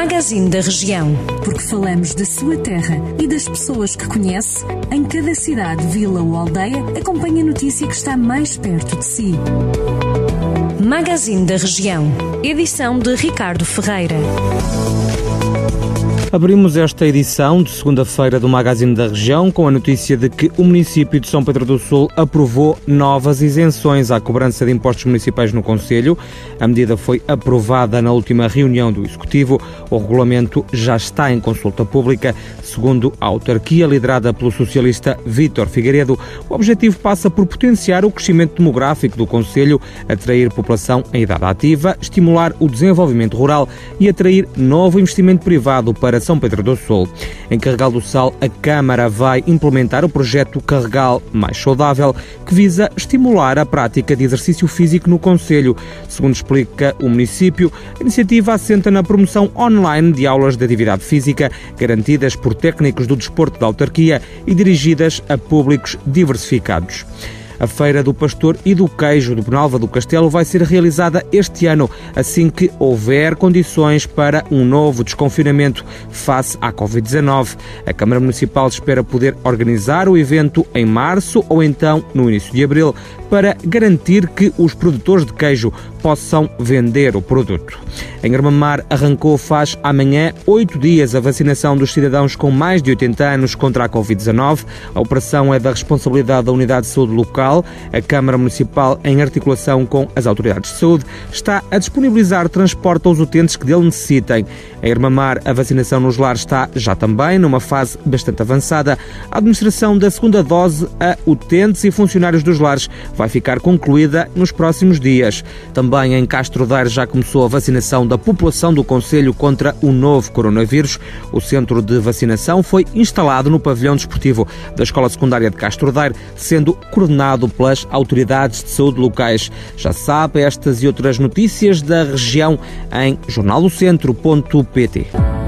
Magazine da Região. Porque falamos da sua terra e das pessoas que conhece, em cada cidade, vila ou aldeia, acompanhe a notícia que está mais perto de si. Magazine da Região. Edição de Ricardo Ferreira. Abrimos esta edição de segunda-feira do Magazine da Região com a notícia de que o município de São Pedro do Sul aprovou novas isenções à cobrança de impostos municipais no concelho. A medida foi aprovada na última reunião do Executivo. O regulamento já está em consulta pública. Segundo a autarquia liderada pelo socialista Vítor Figueiredo, o objetivo passa por potenciar o crescimento demográfico do concelho, atrair população em idade ativa, estimular o desenvolvimento rural e atrair novo investimento privado para São Pedro do Sul. Em Carregal do Sal, a Câmara vai implementar o projeto Carregal Mais Saudável, que visa estimular a prática de exercício físico no concelho. Segundo explica o município, a iniciativa assenta na promoção online de aulas de atividade física, garantidas por técnicos do desporto da autarquia e dirigidas a públicos diversificados. A Feira do Pastor e do Queijo do Penalva do Castelo vai ser realizada este ano, assim que houver condições para um novo desconfinamento face à Covid-19. A Câmara Municipal espera poder organizar o evento em março ou então no início de abril, para garantir que os produtores de queijo possam vender o produto. Em Armamar arrancou faz amanhã 8 dias a vacinação dos cidadãos com mais de 80 anos contra a Covid-19. A operação é da responsabilidade da Unidade de Saúde Local. A Câmara Municipal, em articulação com as autoridades de saúde, está a disponibilizar transporte aos utentes que dele necessitem. Em Armamar, a vacinação nos lares está já também numa fase bastante avançada. A administração da segunda dose a utentes e funcionários dos lares vai ficar concluída nos próximos dias. Também em Castro Daire já começou a vacinação da população do concelho contra o novo coronavírus. O centro de vacinação foi instalado no pavilhão desportivo da Escola Secundária de Castro Daire, sendo coordenado pelas autoridades de saúde locais. Já sabe estas e outras notícias da região em jornaldocentro.pt.